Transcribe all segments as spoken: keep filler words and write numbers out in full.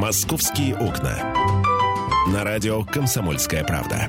«Московские окна». На радио «Комсомольская правда».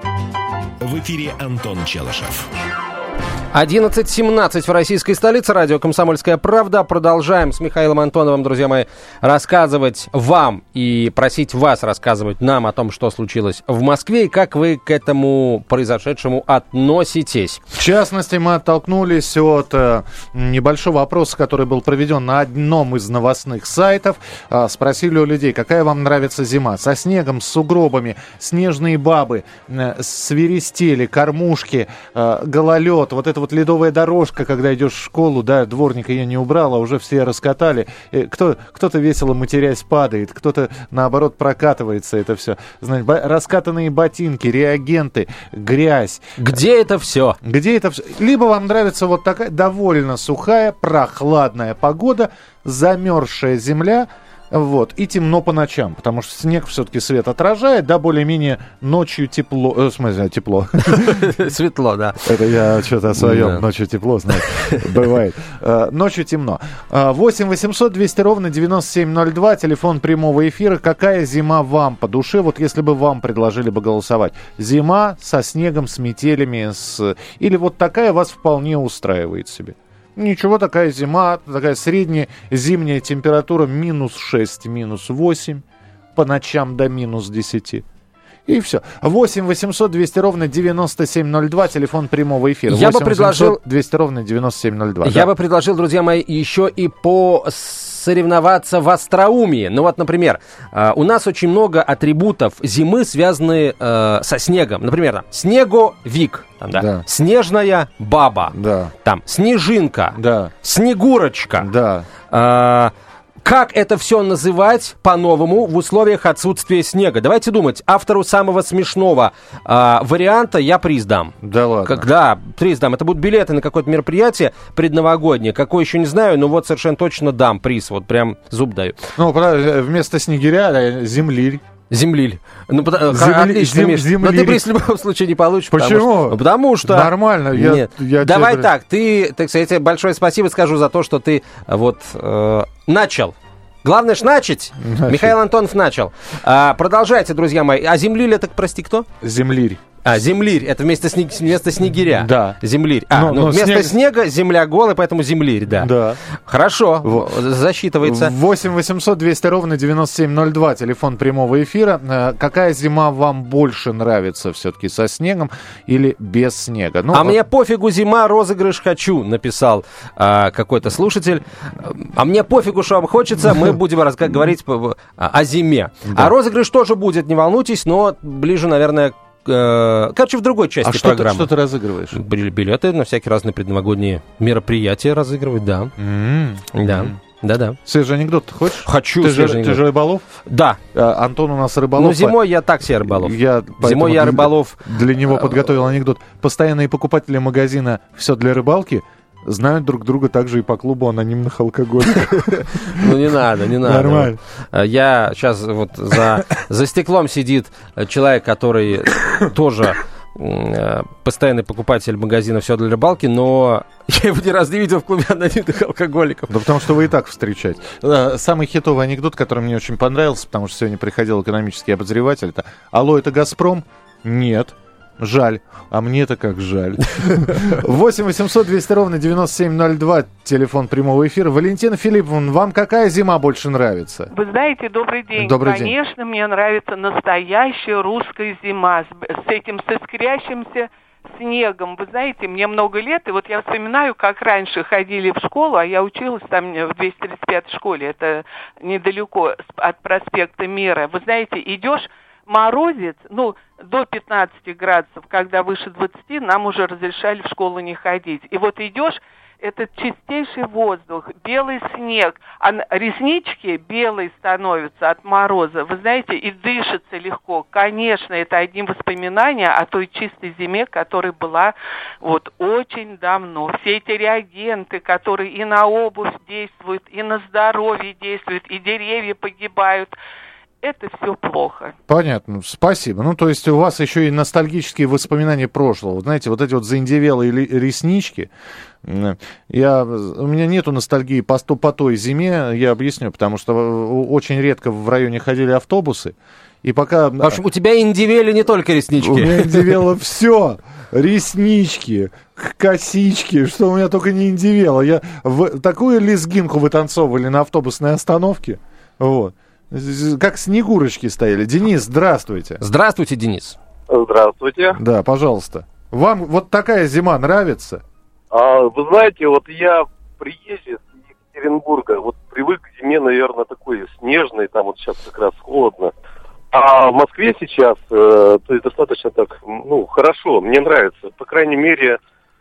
В эфире Антон Челышев. одиннадцать семнадцать в российской столице. Радио «Комсомольская правда». Продолжаем с Михаилом Антоновым, друзья мои, рассказывать вам и просить вас рассказывать нам о том, что случилось в Москве и как вы к этому произошедшему относитесь. В частности, мы оттолкнулись от э, небольшого опроса, который был проведен на одном из новостных сайтов. Э, спросили у людей, какая вам нравится зима? Со снегом, с сугробами, снежные бабы, э, свиристели, кормушки, э, гололед. Вот это вот ледовая дорожка, когда идешь в школу, да, дворник ее не убрал, а уже все раскатали. Кто, кто-то весело матерясь падает, кто-то, наоборот, прокатывается это все. Знаете, ба- раскатанные ботинки, реагенты, грязь. Где это все? Где это все? Либо вам нравится вот такая довольно сухая, прохладная погода, замерзшая земля, вот, и темно по ночам, потому что снег все-таки свет отражает, да, более-менее ночью тепло, э, в смысле, тепло. Светло, да. Это я что-то о своем, ночью тепло, знаете, бывает. Ночью темно. восемь восемьсот двести ровно девяносто семь ноль два, телефон прямого эфира. Какая зима вам по душе, вот если бы вам предложили бы голосовать? Зима со снегом, с метелями, с... или вот такая вас вполне устраивает себе? Ничего, такая зима, такая средняя зимняя температура минус шесть, минус восемь, по ночам до минус десять. И все. восемь восемьсот двести ровно девяносто семь ноль два, телефон прямого эфира. Я бы предложил... двести ровно девяносто семь ноль два. Я да. бы предложил, друзья мои, еще и по... соревноваться в остроумии. Ну вот, например, э, у нас очень много атрибутов зимы, связанные э, со снегом. Например, там, снеговик, там, да? Да. Снежная баба, Да. там, снежинка, Да. снегурочка. Да. Э, как это все называть по-новому в условиях отсутствия снега? Давайте думать. Автору самого смешного э, варианта я приз дам. Да ладно. Когда приз дам. Это будут билеты на какое-то мероприятие предновогоднее. Какое еще не знаю, но вот совершенно точно дам приз. Вот прям зуб даю. Ну, вместо снегиря землирь. Землиль. Ну, потому, Земли, отлично, зем, Миш. Но ты приз в любом случае не получишь. Почему? Потому что... Потому что... Нормально. Я, Нет. Я Давай тебе... так. Ты, так сказать, я тебе большое спасибо скажу за то, что ты вот э, начал. Главное ж начать. начать. Михаил Антонов начал. А, продолжайте, друзья мои. А землиль это, прости, кто? Землирь. А, землирь, это вместо, снег, вместо снегиря. Да. Землирь. А, но, ну, но вместо снег... снега земля голая, поэтому землирь, да. Да. Хорошо, вот. Засчитывается. восемь восемьсот двести ровно девяносто семь ноль два, телефон прямого эфира. Какая зима вам больше нравится все-таки, со снегом или без снега? Ну, а вот... мне пофигу, зима, розыгрыш хочу, написал а, какой-то слушатель. А мне пофигу, что вам хочется, мы будем как говорить о зиме. А розыгрыш тоже будет, не волнуйтесь, но ближе, наверное, короче, в другой части а что программы. А что ты разыгрываешь? Билеты на всякие разные предновогодние мероприятия разыгрывать, да. Mm-hmm. Да. Да-да. Свежий анекдот ты хочешь? Хочу ты свежий же, анекдот. Ты же рыболов? Да. А, Антон у нас рыболов. Ну, зимой я так себе рыболов. Я, зимой я рыболов. Для него подготовил анекдот. Постоянные покупатели магазина «Все для рыбалки» знают друг друга также и по клубу анонимных алкоголиков. Ну, не надо, не надо. Нормально. Я сейчас вот за, за стеклом сидит человек, который тоже постоянный покупатель магазина «Все для рыбалки», но я его ни разу не видел в клубе анонимных алкоголиков. Да потому что вы и так встречаете. Самый хитовый анекдот, который мне очень понравился, потому что сегодня приходил экономический обозреватель, это «Алло, это Газпром?» Нет. Жаль. А мне-то как жаль. восемь восемьсот двести ровно девяносто семь ноль два, телефон прямого эфира. Валентина Филипповна, вам какая зима больше нравится? Вы знаете, добрый день. Добрый Конечно, день. Мне нравится настоящая русская зима с, с этим, с искрящимся снегом. Вы знаете, мне много лет, и вот я вспоминаю, как раньше ходили в школу, а я училась там в двести тридцать пятой школе, это недалеко от проспекта Мира. Вы знаете, идешь, морозец, ну, до пятнадцати градусов, когда выше двадцати, нам уже разрешали в школу не ходить. И вот идешь, этот чистейший воздух, белый снег, а реснички белые становятся от мороза, вы знаете, и дышится легко. Конечно, это одни воспоминания о той чистой зиме, которая была вот очень давно. Все эти реагенты, которые и на обувь действуют, и на здоровье действуют, и деревья погибают. это все плохо. Понятно, спасибо. Ну, то есть у вас еще и ностальгические воспоминания прошлого. Вот знаете, вот эти вот заиндевелые реснички. Я, у меня нету ностальгии по, по той зиме, я объясню, потому что очень редко в районе ходили автобусы. И пока... В общем, у тебя индивели не только реснички. У меня индивело все. Реснички, косички, что у меня только не индивело. Я в... такую лезгинку вытанцовывали на автобусной остановке. Вот. Как снегурочки стояли. Денис, здравствуйте. Здравствуйте, Денис. Здравствуйте. Да, пожалуйста. Вам вот такая зима нравится? А, вы знаете, вот я приезжий из Екатеринбурга, вот привык к зиме, наверное, такой снежной, там вот сейчас как раз холодно. А в Москве сейчас, э, то есть достаточно так, ну, хорошо, мне нравится. По крайней мере,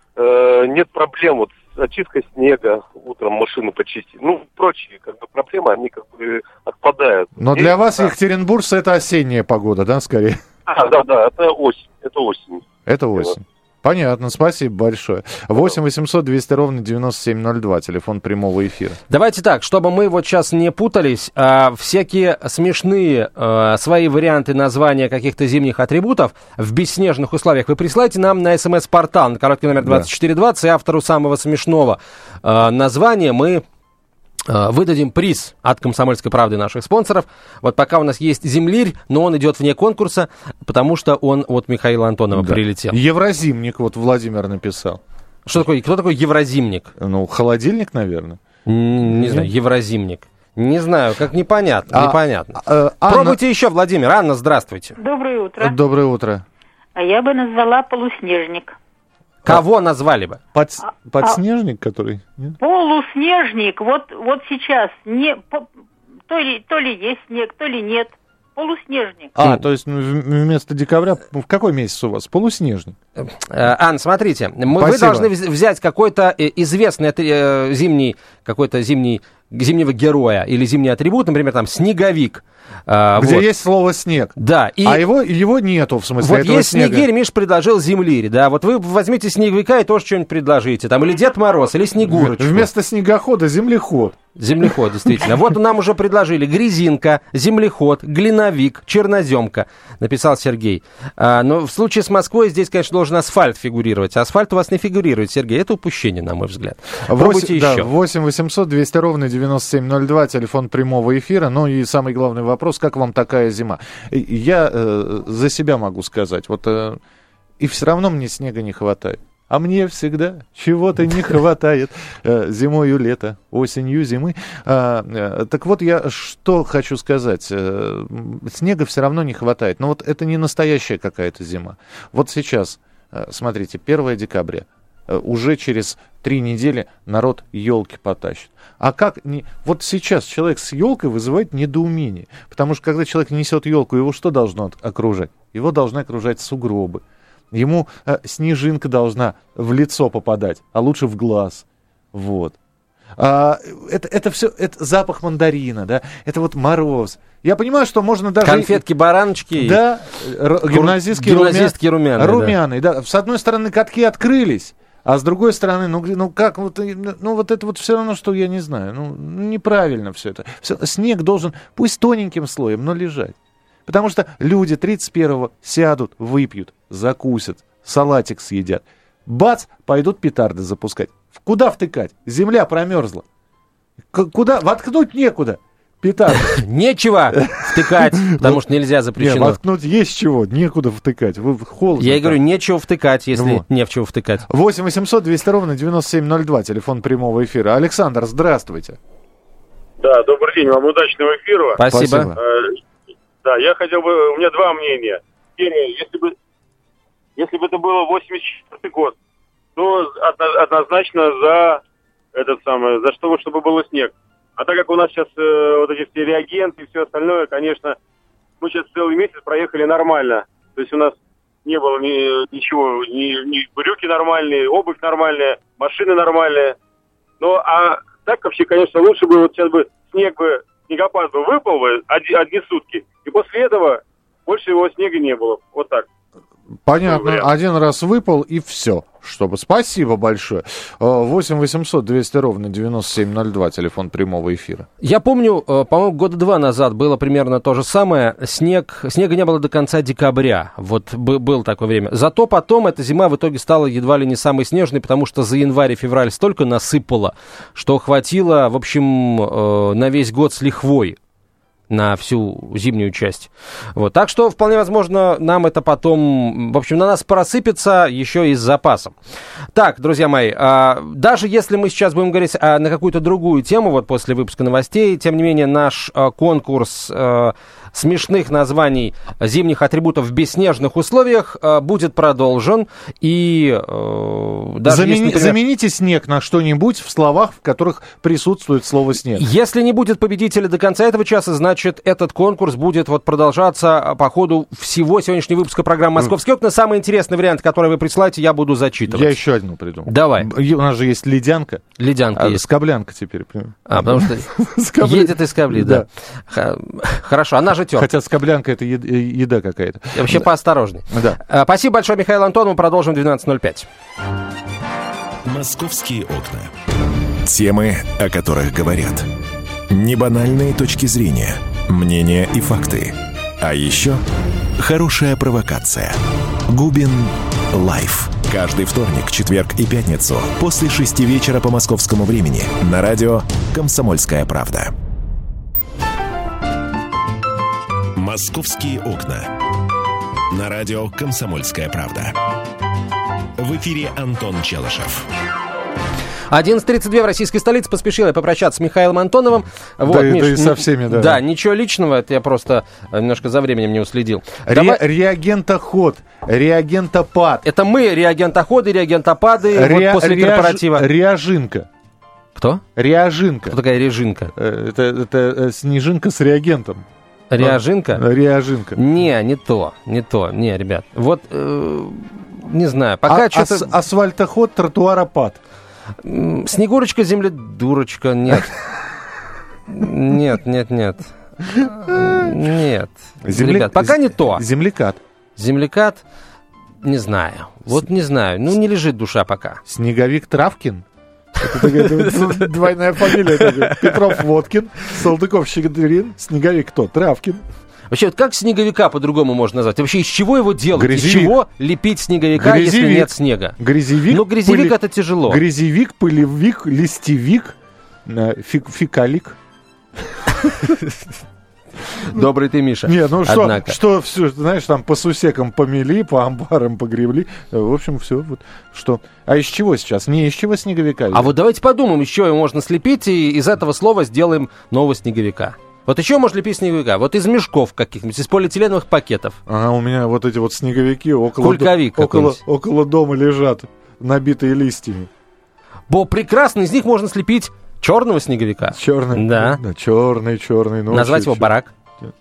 э, нет проблем вот с очисткой снега, утром машину почистить. Ну, прочие как бы проблемы, они как бы отпадают. Но для вас да. Екатеринбург это осенняя погода, да, скорее? А, да, да, это осень, это осень. Это осень. Понятно, спасибо большое. восемь восемьсот двести ровно девяносто семь ноль два, телефон прямого эфира. Давайте так, чтобы мы вот сейчас не путались, а, всякие смешные а, свои варианты названия каких-то зимних атрибутов в бесснежных условиях вы присылайте нам на смс-портал, на короткий номер двадцать четыре двадцать, и автору самого смешного а, названия мы... выдадим приз от «Комсомольской правды» наших спонсоров. Вот пока у нас есть землирь, но он идет вне конкурса, потому что он от Михаила Антонова да. прилетел. Еврозимник, вот Владимир написал. Что такое? Кто такой еврозимник? Ну, холодильник, наверное. Не, не знаю, еврозимник. Не знаю, как непонятно. А, непонятно. А, а, Пробуйте Анна... еще, Владимир. Анна, здравствуйте. Доброе утро. Доброе утро. А я бы назвала полуснежник. Кого назвали бы? Под, а, подснежник, а, который? Нет? Полуснежник. Вот, вот сейчас не, по, то, ли, то ли есть снег, то ли нет. Полуснежник. А, то есть вместо декабря в какой месяц у вас? Полуснежник. Ан, смотрите, мы, вы должны взять какой-то известный э, зимний, какой-то зимний, зимнего героя или зимний атрибут, например, там снеговик. А, где вот. есть слово снег. Да. И а его, его нету, в смысле, вот этого есть снега. снегирь, Миш предложил землирь, да, вот вы возьмите снеговика и тоже что-нибудь предложите, там, или Дед Мороз, или Снегурочку. Вместо снегохода землеход. Землеход, действительно. Вот нам уже предложили грязинка, землеход, глиновик, черноземка, написал Сергей. А, но в случае с Москвой здесь, конечно, должен асфальт фигурировать. Асфальт у вас не фигурирует, Сергей. Это упущение, на мой взгляд. Пробуйте еще. восемь восемьсот двести ровно девяносто семь ноль два, телефон прямого эфира. Ну и самый главный вопрос, как вам такая зима? Я э, за себя могу сказать. Вот э, и все равно мне снега не хватает. А мне всегда чего-то не хватает э, зимою лета, осенью зимы. А, э, так вот, я что хочу сказать. Э, снега все равно не хватает. Но вот это не настоящая какая-то зима. Вот сейчас, э, смотрите, первое декабря. Э, уже через три недели народ елки потащит. А как... Не... Вот сейчас человек с елкой вызывает недоумение. Потому что когда человек несет елку, его что должно окружать? Его должны окружать сугробы. Ему э, снежинка должна в лицо попадать, а лучше в глаз. Вот. А, это, это все, это запах мандарина, да, это вот мороз. Я понимаю, что можно даже... Конфетки-бараночки. Да, р- гимназистские гимназистки румяные. Румяные, да. да. С одной стороны, катки открылись, а с другой стороны, ну, ну как, вот, ну вот это вот все равно, что я не знаю, ну неправильно все это. Все, снег должен, пусть тоненьким слоем, но лежать. Потому что люди тридцать первого сядут, выпьют, закусят, салатик съедят. Бац, пойдут петарды запускать. Куда втыкать? Земля промерзла. К- куда? Воткнуть некуда. Петарды. Нечего втыкать, потому что нельзя, запрещено. Воткнуть есть чего, некуда втыкать. Холодно. Я и говорю, нечего втыкать, если не в чего втыкать. восемь восемьсот двести ровно девяносто семь ноль два, телефон прямого эфира. Александр, здравствуйте. Да, добрый день, вам удачного эфира. Спасибо. Да, я хотел бы, у меня два мнения. Первое, если бы, если бы это было восемьдесят четвёртый год, то однозначно за этот самый, за что, чтобы был снег. А так как у нас сейчас э, вот эти все реагенты и все остальное, конечно, мы сейчас целый месяц проехали нормально. То есть у нас не было ни, ничего, ни, ни брюки нормальные, обувь нормальная, машины нормальные. Ну, а так вообще, конечно, лучше бы вот сейчас бы снег бы, снегопад бы выпал бы одни, одни сутки. И после этого больше его снега не было. Вот так. Понятно. Один раз выпал и все. Чтобы. Спасибо большое. восемь восемьсот двести ровно девяносто семь ноль два, телефон прямого эфира. Я помню, по-моему, года два назад было примерно то же самое. Снег, снега не было до конца декабря. Вот было такое время. Зато потом эта зима в итоге стала едва ли не самой снежной, потому что за январь и февраль столько насыпало, что хватило, в общем, на весь год с лихвой. На всю зимнюю часть. Вот. Так что, вполне возможно, нам это потом, в общем, на нас просыпется еще и с запасом. Так, друзья мои, а, даже если мы сейчас будем говорить а, на какую-то другую тему, вот после выпуска новостей, тем не менее, наш а, конкурс а, смешных названий зимних атрибутов в бесснежных условиях а, будет продолжен. И а, даже Замени, если, например, замените снег на что-нибудь в словах, в которых присутствует слово «снег». Если не будет победителя до конца этого часа, значит, Значит, этот конкурс будет вот продолжаться по ходу всего сегодняшнего выпуска программы «Московские окна». Самый интересный вариант, который вы присылаете, я буду зачитывать. Я еще одну придумал. Давай. У нас же есть ледянка. Ледянка а, есть. Скоблянка теперь. А, потому что едет из Скобли, да. Хорошо, она же тём. Хотя скоблянка — это еда какая-то. Вообще поосторожней. Да. Спасибо большое, Михаил Антонов. Мы продолжим в двенадцать ноль пять. «Московские окна». Темы, о которых говорят. Небанальные точки зрения, мнения и факты. А еще хорошая провокация. Губин Лайф. Каждый вторник, четверг и пятницу после шести вечера по московскому времени на радио «Комсомольская правда». «Московские окна». На радио «Комсомольская правда». В эфире Антон Челышев. одиннадцать тридцать два в российской столице. Поспешил я попрощаться с Михаилом Антоновым. Вот, да, Миш, да и со всеми, да. Да, ничего личного, это я просто немножко за временем не уследил. Ре- Давай... Реагентоход, реагентопад. Это мы, реагентоходы, реагентопады, Ре- вот после реаж... корпоратива. Реажинка. Кто? Реажинка. Кто такая режинка? Это, это снежинка с реагентом. Реажинка? Реажинка. Не, не то, не то, не, ребят. Вот, э, не знаю, пока а, что-то... ас- асфальтоход, тротуаропад. Снегурочка, земледурочка, нет. Нет, нет, нет. Нет. Земля... Ребят, пока не то. Землекат. Землекат, не знаю. Вот не знаю. Ну, не лежит душа пока. Снеговик Травкин. Это двойная фамилия. Петров Водкин, Салтыков Щедрин, Снеговик кто? Травкин. Вообще, вот как снеговика по-другому можно назвать? Вообще, из чего его делать? Грязевик. Из чего лепить снеговика, Грязевик. если нет снега? Грязевик. Ну, грязевик пыли... это тяжело. Грязевик, пылевик, листевик, фик, фикалик. Добрый ты, Миша. Не, ну что, Однако. что, все, знаешь, там по сусекам помели, по амбарам погребли. В общем, все. Вот, что. А из чего сейчас? Не из чего снеговика? А вот давайте подумаем, из чего его можно слепить, и из этого слова сделаем нового снеговика. Вот еще можно лепить снеговика. Вот из мешков каких-нибудь, из полиэтиленовых пакетов. Ага, у меня вот эти вот снеговики около, Кульковик до, около, около дома лежат, набитые листьями. Бо прекрасно из них можно слепить черного снеговика. Черный? Да. да черный, черный. Ну, назвать его чё? Барак.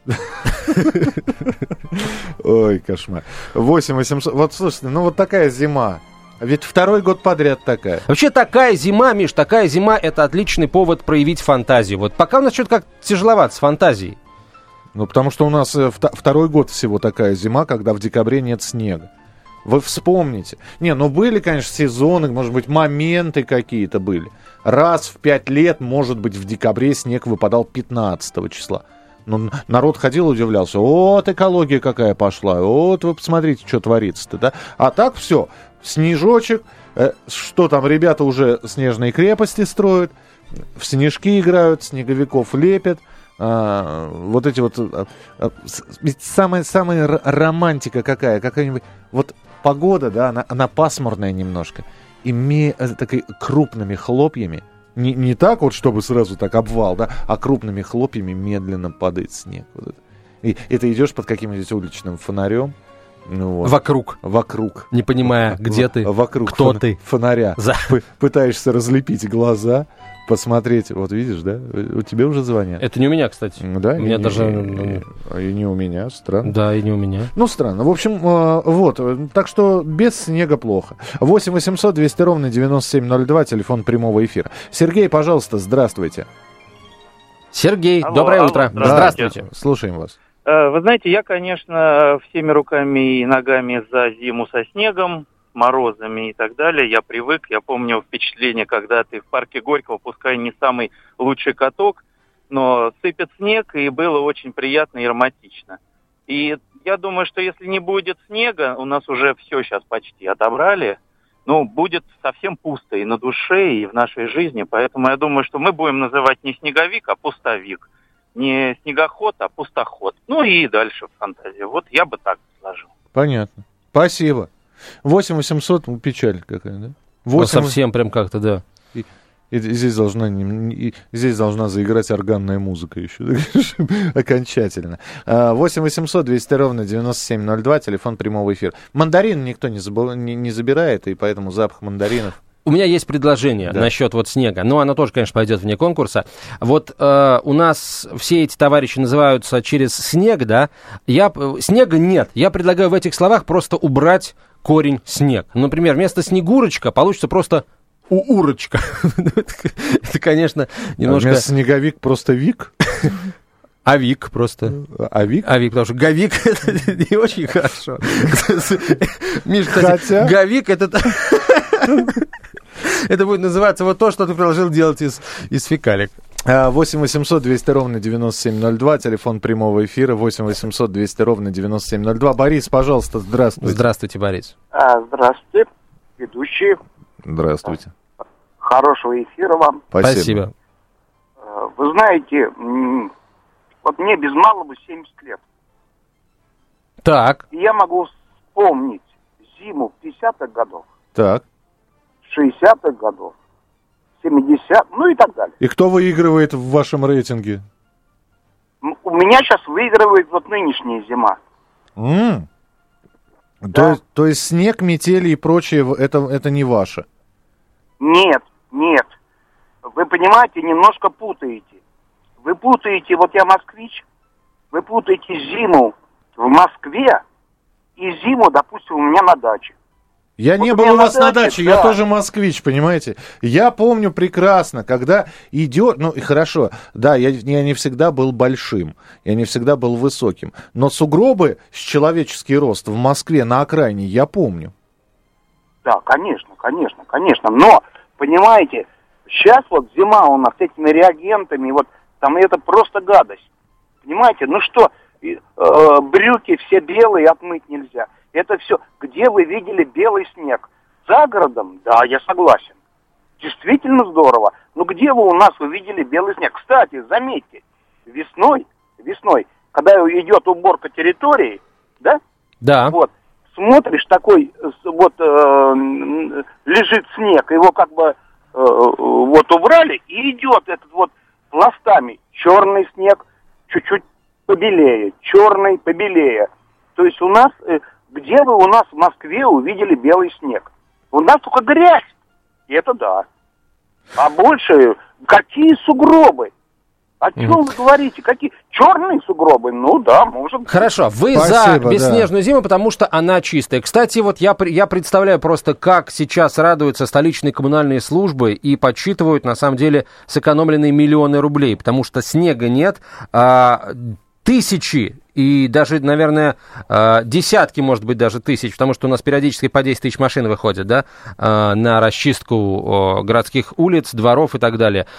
Ой, кошмар. восемь восемьсот. Вот слушайте, ну вот такая зима. Ведь второй год подряд такая. Вообще такая зима, Миш, такая зима — это отличный повод проявить фантазию. Вот пока у нас что-то как тяжеловато с фантазией. Ну, потому что у нас э, вт- второй год всего такая зима, когда в декабре нет снега. Вы вспомните. Не, ну были, конечно, сезоны, может быть, моменты какие-то были. Раз в пять лет, может быть, в декабре снег выпадал пятнадцатого числа. Ну, народ ходил, удивлялся. Вот экология какая пошла. Вот вы посмотрите, что творится-то, да? А так все. Снежочек. Э, что там, ребята уже снежные крепости строят. В снежки играют, снеговиков лепят. А, вот эти вот... А, а, ведь самая, самая р- романтика какая? Какая-нибудь... Вот погода, да, она, она пасмурная немножко. И ме, такой крупными хлопьями. Не, не так вот, чтобы сразу так обвал, да, а крупными хлопьями медленно падает снег. Вот это. И, и ты идешь под каким-нибудь уличным фонарем. Ну, вот, Вокруг. Вокруг. Не понимая, где в, ты, вокруг кто фон, ты. Фонаря. За... П- пытаешься разлепить глаза, посмотреть. Вот видишь, да? У тебя уже звонят. Это не у меня, кстати. Да? У меня и, даже... И, и, и не у меня, странно. Да, и не у меня. Ну, странно. В общем, э, вот. Так что без снега плохо. восемь восемьсот двести ровно девяносто семь ноль два, телефон прямого эфира. Сергей, пожалуйста, здравствуйте. Сергей, Алло, доброе алло, утро. здравствуйте. Здравствуйте. Слушаем вас. Вы знаете, я, конечно, всеми руками и ногами за зиму со снегом, морозами и так далее. Я привык, я помню впечатление, когда ты в парке Горького, пускай не самый лучший каток, но сыпет снег, и было очень приятно и романтично. И я думаю, что если не будет снега, у нас уже все сейчас почти отобрали, ну, будет совсем пусто и на душе, и в нашей жизни. Поэтому я думаю, что мы будем называть не снеговик, а пустовик. Не снегоход, а пустоход. Ну и дальше в фантазии. Вот я бы так сложил. Понятно. Спасибо. восемь восемьсот, ну, печаль какая, да? восемь... Ну, совсем прям как-то, да. И, и, и здесь, должна, и, здесь должна заиграть органная музыка еще. Окончательно. восемь восемьсот двести ровно девяносто семь ноль два, телефон прямого эфира. Мандарин никто не, забыл, не, не забирает, и поэтому запах мандаринов... У меня есть предложение да. насчет вот снега. Но оно тоже, конечно, пойдет вне конкурса. Вот э, у нас все эти товарищи называются через снег, да? Я, снега нет. Я предлагаю в этих словах просто убрать корень снег. Например, вместо снегурочка получится просто уурочка. Это, конечно, немножко... Вместо снеговик просто вик? Авик просто. Авик? Авик, потому что говик это не очень хорошо. Миш, кстати, говик это... Это будет называться вот то, что ты предложил делать из, из фекалик. восемь восемьсот двести ровно девяносто семь ноль два, телефон прямого эфира восемь восемьсот двести ровно девяносто семь ноль два. Борис, пожалуйста, здравствуйте. Здравствуйте, Борис. А, здравствуйте, ведущие. Здравствуйте. Хорошего эфира вам. Спасибо. Спасибо. Вы знаете, вот мне без малого семьдесят лет. Так. И я могу вспомнить зиму пятидесятых годов. Так. шестидесятых годов, семидесятых, ну и так далее. И кто выигрывает в вашем рейтинге? У меня сейчас выигрывает вот нынешняя зима. Mm. Да. То, есть, то есть снег, метели и прочее, это, это не ваше? Нет, нет. Вы понимаете, немножко путаете. Вы путаете, вот я москвич, вы путаете зиму в Москве и зиму, допустим, у меня на даче. Я вот не был у вас на даче, да. Я тоже москвич, понимаете. Я помню прекрасно, когда идет, ну и хорошо, да, я, я не всегда был большим, я не всегда был высоким, но сугробы с человеческий рост в Москве на окраине я помню. Да, конечно, конечно, конечно, но, понимаете, сейчас вот зима у нас с этими реагентами, вот там это просто гадость, понимаете, ну что, э, брюки все белые, отмыть нельзя. Это все. Где вы видели белый снег? За городом? Да, я согласен. Действительно здорово. Но где вы у нас увидели белый снег? Кстати, заметьте, весной, весной, когда идет уборка территории, да? Да. Вот, смотришь, такой, вот, э, лежит снег, его как бы, э, вот, убрали, и идет этот вот пластами. Черный снег, чуть-чуть побелее, черный побелее. То есть у нас... Э, Где вы у нас в Москве увидели белый снег? У нас только грязь. И это да. А больше какие сугробы? О чем mm. вы говорите? Какие черные сугробы? Ну да, может быть. Хорошо, вы Спасибо, за бесснежную да. зиму, потому что она чистая. Кстати, вот я, я представляю просто, как сейчас радуются столичные коммунальные службы и подсчитывают, на самом деле, сэкономленные миллионы рублей, потому что снега нет, а тысячи и даже, наверное, десятки, может быть, даже тысяч, потому что у нас периодически по десять тысяч машин выходят, да, на расчистку городских улиц, дворов и так далее.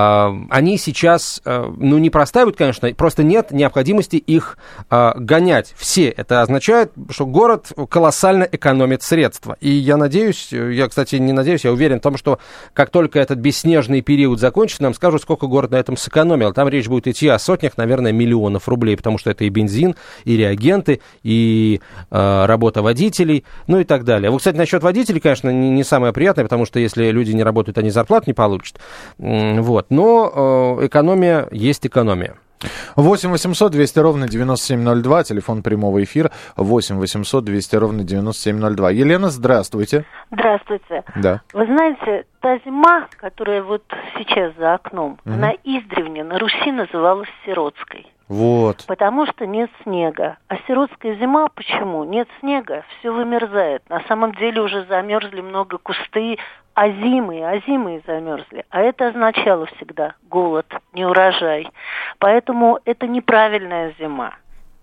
Они сейчас, ну, не простаивают, конечно, просто нет необходимости их гонять. Все. Это означает, что город колоссально экономит средства. И я надеюсь, я, кстати, не надеюсь, я уверен в том, что как только этот бесснежный период закончится, нам скажут, сколько город на этом сэкономил. Там речь будет идти о сотнях, наверное, миллионов рублей, потому что это и бензин, и реагенты, и э, работа водителей, ну и так далее. Вот, кстати, насчет водителей, конечно, не, не самое приятное, потому что если люди не работают, они зарплату не получат. Вот. Но э, экономия есть экономия. восемь восемьсот двести ровно девяносто семь ноль два, телефон прямого эфира восемь восемьсот двести ровно девяносто семь ноль два. Елена, здравствуйте. Здравствуйте. Да. Вы знаете, та зима, которая вот сейчас за окном, угу. она издревле на Руси называлась сиротской. Вот. Потому что нет снега. А сиротская зима почему? Нет снега, все вымерзает. На самом деле уже замерзли много кусты, озимые, озимые замерзли. А это означало всегда голод, неурожай. Поэтому это неправильная зима.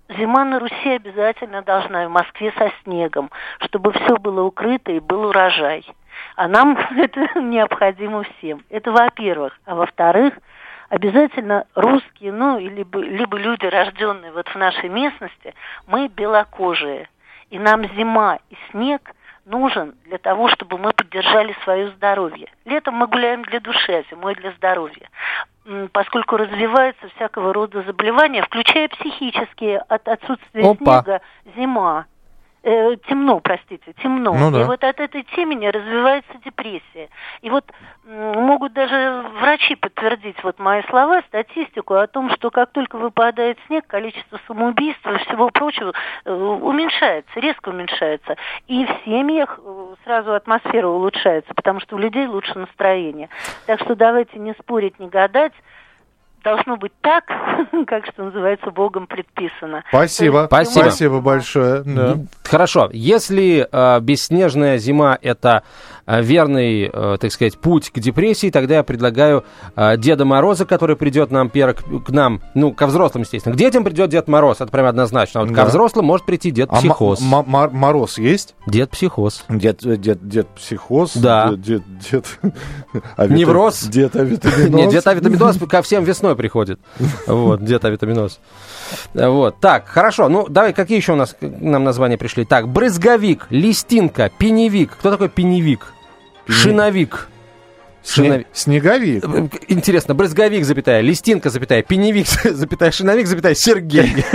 зима на Руси обязательно должна, и в Москве со снегом, чтобы все было укрыто и был урожай. А нам это необходимо всем. Это во-первых. А во-вторых, обязательно русские, ну, либо, либо люди, рожденные вот в нашей местности, мы белокожие. И нам зима и снег нужен для того, чтобы мы поддержали свое здоровье. Летом мы гуляем для души, а зимой для здоровья. Поскольку развиваются всякого рода заболевания, включая психические, от отсутствия Опа. снега, зима. Э, темно, простите, темно. Ну, да. И вот от этой темени развивается депрессия. И вот м, могут даже врачи подтвердить вот мои слова, статистику о том, что как только выпадает снег, количество самоубийств и всего прочего э, уменьшается, резко уменьшается. И в семьях э, сразу атмосфера улучшается, потому что у людей лучше настроение. Так что давайте не спорить, не гадать. Должно быть так, как, что называется, Богом предписано. Спасибо. есть, Спасибо. Спасибо большое. Да. Хорошо. Если э, бесснежная зима – это э, верный, э, так сказать, путь к депрессии, тогда я предлагаю э, Деда Мороза, который придет нам пер- к нам, ну, ко взрослым, естественно. К детям придет Дед Мороз, это прям однозначно. А вот Да. ко взрослым может прийти Дед А Психоз. м- м- м- Мороз есть? Дед Психоз. Дед, дед, дед психоз? Да. Дед, дед, дед... авито- Невроз? Дед авитаминоз? Нет, дед авитаминоз ко всем весной приходит. Вот, дед авитаминоз. Вот, так, хорошо. Ну, давай, какие еще у нас к нам названия пришли? Так, брызговик, листинка, пеневик. Кто такой пеневик? Шиновик. Сне- Снеговик. Интересно, брызговик, запятая, листинка, запятая, пеневик, запятая, шиновик, запятая, Сергей.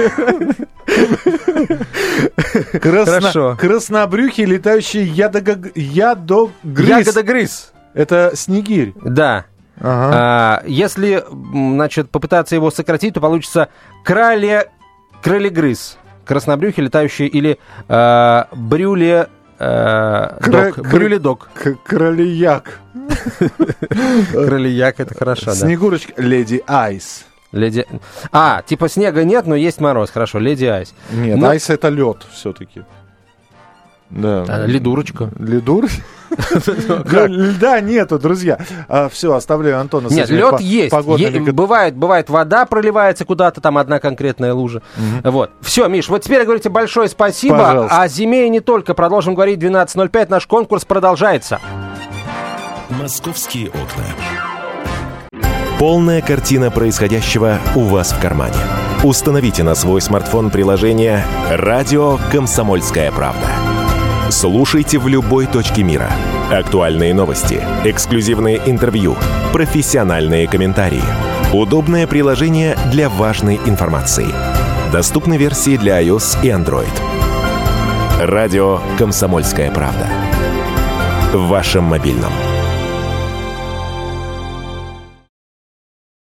Красно- Хорошо. Краснобрюхий летающий ядого- ядогрыз. Ягодогрыз. Это снегирь. Да. Ага. А, если, м, значит, попытаться его сократить, то получится крале, кролегрыз. Краснобрюхий летающий или э, брюле... э, Кра- дог. кра- Брюле-дог. К- Кролияк. Кролияк, это хорошо, да. Снегурочка. Леди Айс. Леди... А, типа снега нет, но есть мороз. Хорошо, Леди Айс. Нет, Ну, айс это лед все-таки. Да. а, Ледурочка. Ледур? Льда нету, друзья. Все, оставляю Антона с Нет, этими лед по- есть. погодными Е- кат- бывает, бывает, вода проливается куда-то, там одна конкретная лужа. Вот. Все, Миш, вот теперь говорите большое спасибо. Пожалуйста. О зиме и не только. Продолжим говорить двенадцать ноль пять. Наш конкурс продолжается. «Московские окна». Полная картина происходящего у вас в кармане. Установите на свой смартфон приложение «Радио Комсомольская правда». Слушайте в любой точке мира. Актуальные новости, эксклюзивные интервью, профессиональные комментарии. Удобное приложение для важной информации. Доступны версии для iOS и Android. Радио «Комсомольская правда». В вашем мобильном.